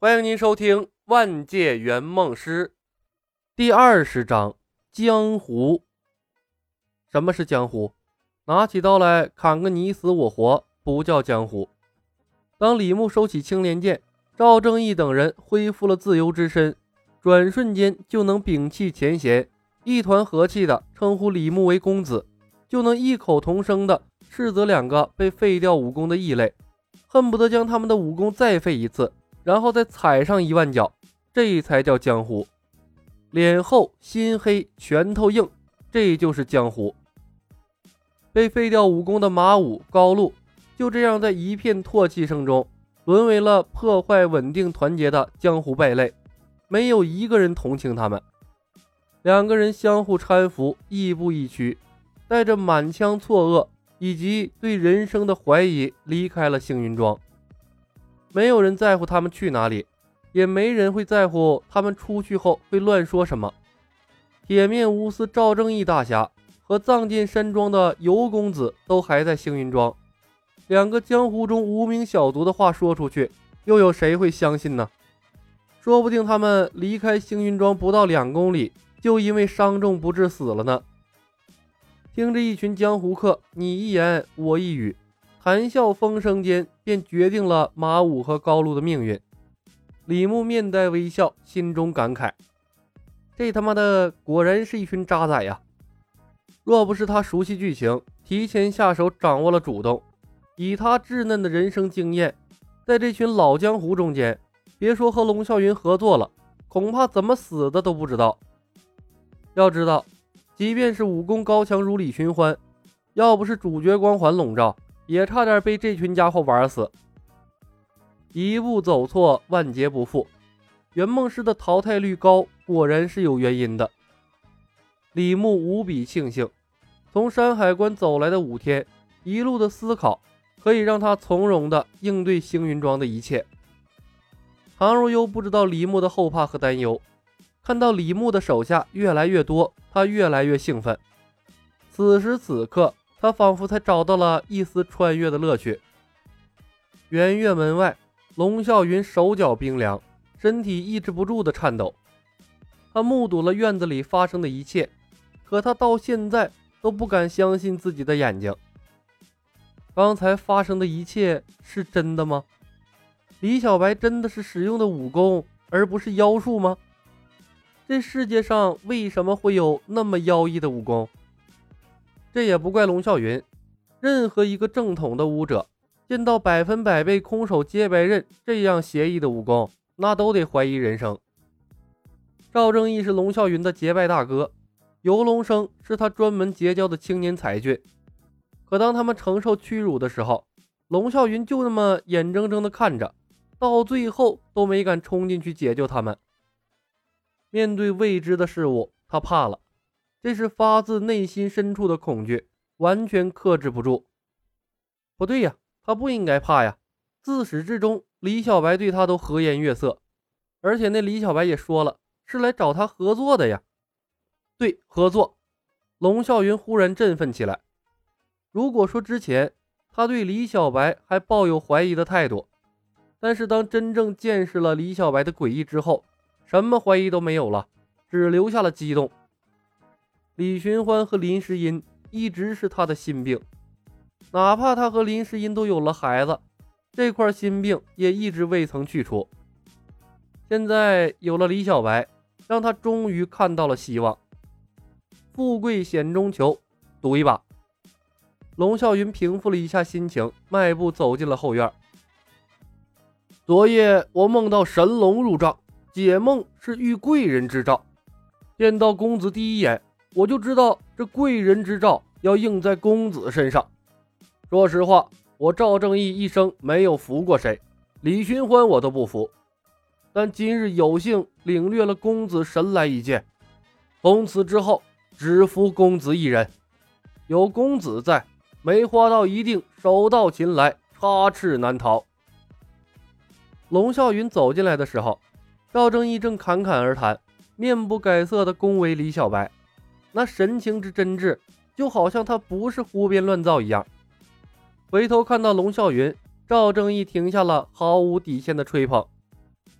欢迎您收听《万界圆梦师》第20章江湖。什么是江湖？拿起刀来砍个你死我活，不叫江湖。当李牧收起青莲剑，赵正义等人恢复了自由之身，转瞬间就能摒弃前嫌，一团和气的称呼李牧为公子，就能异口同声的斥责两个被废掉武功的异类，恨不得将他们的武功再废一次，然后再踩上1万脚，这才叫江湖。脸厚心黑拳头硬，这就是江湖。被废掉武功的马武、高露就这样在一片唾弃声中沦为了破坏稳定团结的江湖败类，没有一个人同情他们。两个人相互搀扶，亦步亦趋，带着满腔错愕以及对人生的怀疑离开了星云庄。没有人在乎他们去哪里，也没人会在乎他们出去后会乱说什么。铁面无私赵正义大侠和藏进山庄的尤公子都还在星云庄，两个江湖中无名小卒的话说出去，又有谁会相信呢？说不定他们离开星云庄不到2公里，就因为伤重不治死了呢。听着一群江湖客你一言我一语，谈笑风生间便决定了马武和高露的命运。李牧面带微笑，心中感慨，这他妈的果然是一群渣仔呀。若不是他熟悉剧情，提前下手掌握了主动，以他稚嫩的人生经验，在这群老江湖中间，别说和龙啸云合作了，恐怕怎么死的都不知道。要知道，即便是武功高强如李寻欢，要不是主角光环笼罩，也差点被这群家伙玩死。一步走错，万劫不复，圆梦师的淘汰率高，果然是有原因的。李牧无比庆幸，从山海关走来的5天，一路的思考可以让他从容地应对星云庄的一切。唐如幽不知道李牧的后怕和担忧，看到李牧的手下越来越多，他越来越兴奋。此时此刻，他仿佛才找到了一丝穿越的乐趣。圆月门外，龙啸云手脚冰凉，身体抑制不住的颤抖。他目睹了院子里发生的一切，可他到现在都不敢相信自己的眼睛。刚才发生的一切是真的吗？李小白真的是使用的武功，而不是妖术吗？这世界上为什么会有那么妖异的武功？这也不怪龙啸云，任何一个正统的武者见到100%被空手接白刃这样邪异的武功，那都得怀疑人生。赵正义是龙啸云的结拜大哥，游龙生是他专门结交的青年才俊，可当他们承受屈辱的时候，龙啸云就那么眼睁睁地看着，到最后都没敢冲进去解救他们。面对未知的事物，他怕了，这是发自内心深处的恐惧，完全克制不住。不对呀，他不应该怕呀，自始至终李小白对他都和颜悦色，而且那李小白也说了，是来找他合作的呀。对，合作。龙啸云忽然振奋起来。如果说之前他对李小白还抱有怀疑的态度，但是当真正见识了李小白的诡异之后，什么怀疑都没有了，只留下了激动。李寻欢和林诗音一直是他的心病，哪怕他和林诗音都有了孩子，这块心病也一直未曾去除。现在有了李小白，让他终于看到了希望。富贵险中求，赌一把。龙啸云平复了一下心情，迈步走进了后院。昨夜我梦到神龙入帐，解梦是遇贵人之兆。见到公子第一眼，我就知道这贵人之兆要应在公子身上。说实话，我赵正义一生没有服过谁，李寻欢我都不服，但今日有幸领略了公子神来一见，从此之后只服公子一人。有公子在，梅花道一定手到擒来，插翅难逃。龙啸云走进来的时候，赵正义正侃侃而谈，面不改色地恭维李小白，那神情之真挚，就好像他不是胡编乱造一样。回头看到龙啸云，赵正义停下了毫无底线的吹捧。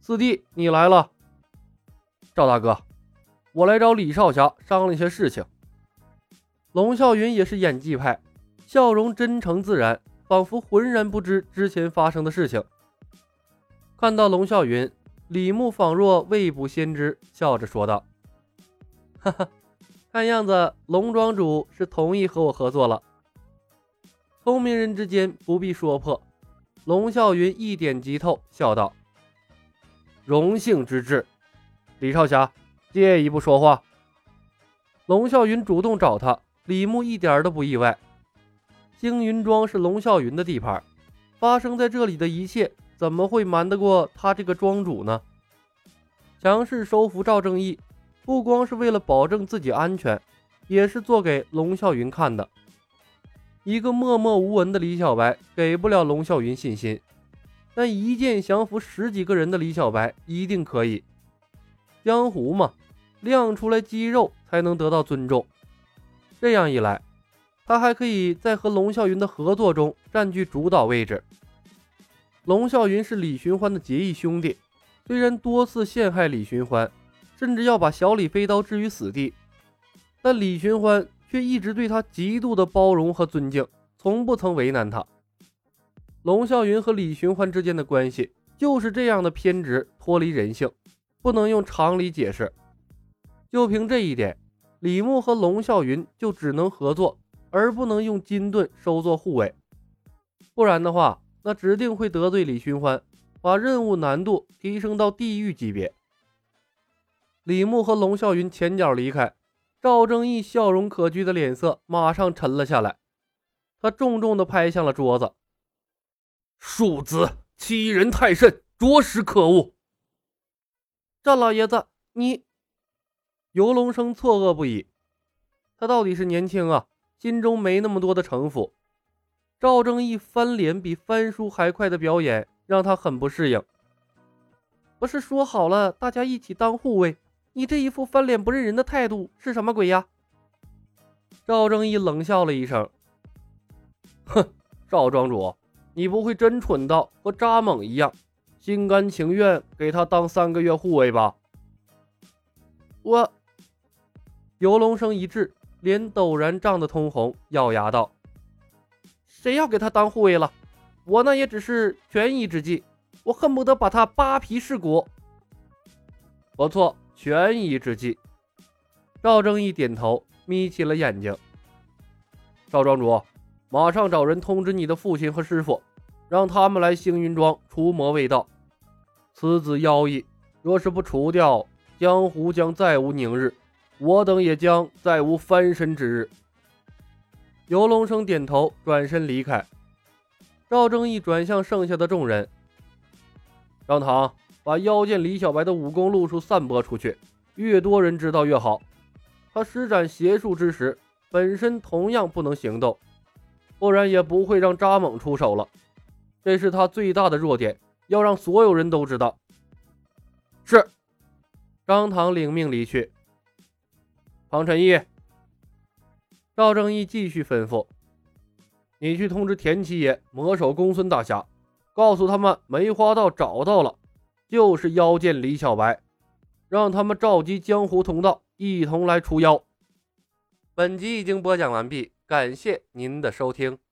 四弟，你来了。赵大哥，我来找李少侠商量一些事情。龙啸云也是演技派，笑容真诚自然，仿佛浑然不知之前发生的事情。看到龙啸云，李牧仿若未卜先知，笑着说道：哈哈，看样子龙庄主是同意和我合作了。聪明人之间不必说破，龙啸云一点即透，笑道：荣幸之至，李少侠，借一步说话。龙啸云主动找他，李牧一点都不意外。星云庄是龙啸云的地盘，发生在这里的一切怎么会瞒得过他这个庄主呢？强势收服赵正义，不光是为了保证自己安全，也是做给龙啸云看的。一个默默无闻的李小白给不了龙啸云信心，但一剑降服10几个人的李小白一定可以。江湖嘛，亮出来肌肉才能得到尊重。这样一来，他还可以在和龙啸云的合作中占据主导位置。龙啸云是李寻欢的结义兄弟，虽然多次陷害李寻欢，甚至要把小李飞刀置于死地，但李寻欢却一直对他极度的包容和尊敬，从不曾为难他。龙啸云和李寻欢之间的关系就是这样的偏执，脱离人性，不能用常理解释。就凭这一点，李牧和龙啸云就只能合作，而不能用金盾收作护卫。不然的话，那指定会得罪李寻欢，把任务难度提升到地狱级别。李牧和龙啸云前脚离开，赵正义笑容可掬的脸色马上沉了下来，他重重地拍向了桌子。庶子，欺人太甚，着实可恶。赵老爷子，你……游龙生错愕不已，他到底是年轻啊，心中没那么多的城府。赵正义翻脸比翻书还快的表演让他很不适应。不是说好了大家一起当护卫，你这一副翻脸不认人的态度是什么鬼呀？赵正义冷笑了一声，哼，赵庄主，你不会真蠢到和扎猛一样，心甘情愿给他当3个月护卫吧？我……游龙生一滞，脸陡然涨得通红，咬牙道：谁要给他当护卫了？我那也只是权宜之计，我恨不得把他扒皮噬骨。不错，权宜之计。赵正义点头，眯起了眼睛。赵庄主，马上找人通知你的父亲和师傅，让他们来星云庄除魔卫道。此子妖异，若是不除掉，江湖将再无宁日，我等也将再无翻身之日。游龙生点头，转身离开。赵正义转向剩下的众人，张唐，把妖剑李小白的武功路数散播出去，越多人知道越好。他施展邪术之时，本身同样不能行动，不然也不会让扎猛出手了。这是他最大的弱点，要让所有人都知道。是。张唐领命离去。庞晨义，赵正义继续吩咐，你去通知田七爷、魔手公孙大侠，告诉他们梅花道找到了，就是妖剑李小白，让他们召集江湖同道一同来除妖。本集已经播讲完毕，感谢您的收听。